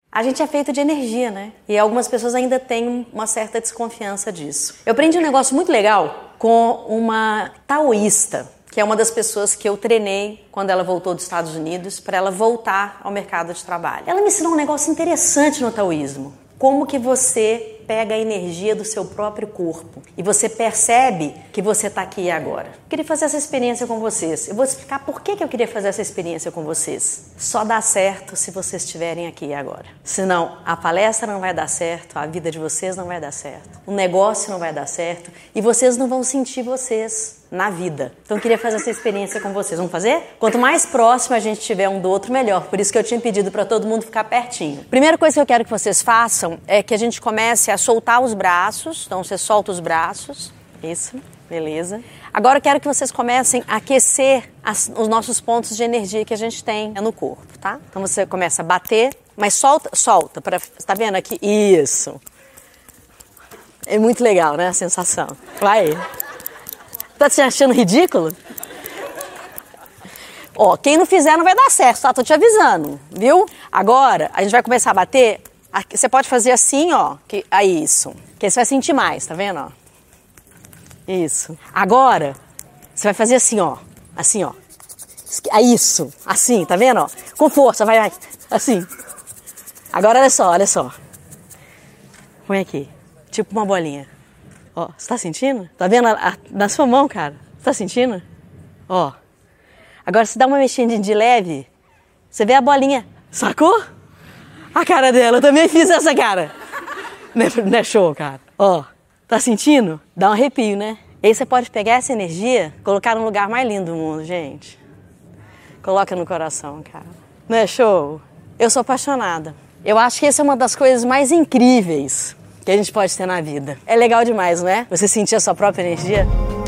A gente é feito de energia, né? E algumas pessoas ainda têm uma certa desconfiança disso. Eu aprendi um negócio muito legal com uma taoísta, que é uma das pessoas que eu treinei quando ela voltou dos Estados Unidos para ela voltar ao mercado de trabalho. Ela me ensinou um negócio interessante no taoísmo. Como que você pega a energia do seu próprio corpo e você percebe que você está aqui e agora. Eu queria fazer essa experiência com vocês. Eu vou explicar por que eu queria fazer essa experiência com vocês. Só dá certo se vocês estiverem aqui e agora. Senão, a palestra não vai dar certo, a vida de vocês não vai dar certo, o negócio não vai dar certo e vocês não vão sentir vocês na vida. Então eu queria fazer essa experiência com vocês. Vamos fazer? Quanto mais próximo a gente estiver um do outro, melhor. Por isso que eu tinha pedido para todo mundo ficar pertinho. Primeira coisa que eu quero que vocês façam é que a gente comece a soltar os braços. Então você solta os braços. Isso, beleza. Agora eu quero que vocês comecem a aquecer os nossos pontos de energia que a gente tem no corpo, tá? Então você começa a bater, mas solta. Tá vendo aqui? Isso. É muito legal, né? A sensação. Vai. Tá te achando ridículo? Ó, quem não fizer não vai dar certo, tá? Tô te avisando, viu? Agora, a gente vai começar a bater. Você pode fazer assim, ó. Aí, isso. Que você vai sentir mais, tá vendo, ó? Isso. Agora, você vai fazer assim, ó. Assim, ó. Isso. Assim, tá vendo, ó? Com força, vai. Assim. Agora, olha só. Põe aqui. Tipo uma bolinha. Ó, você tá sentindo? Tá vendo na sua mão, cara? Você tá sentindo? Ó. Agora você dá uma mexidinha de leve, você vê a bolinha. Sacou? A cara dela, eu também fiz essa cara. Não é show, cara? Ó, tá sentindo? Dá um arrepio, né? E aí você pode pegar essa energia, colocar no lugar mais lindo do mundo, gente. Coloca no coração, cara. Não é show? Eu sou apaixonada. Eu acho que essa é uma das coisas mais incríveis que a gente pode ter na vida. É legal demais, não é? Você sentir a sua própria energia.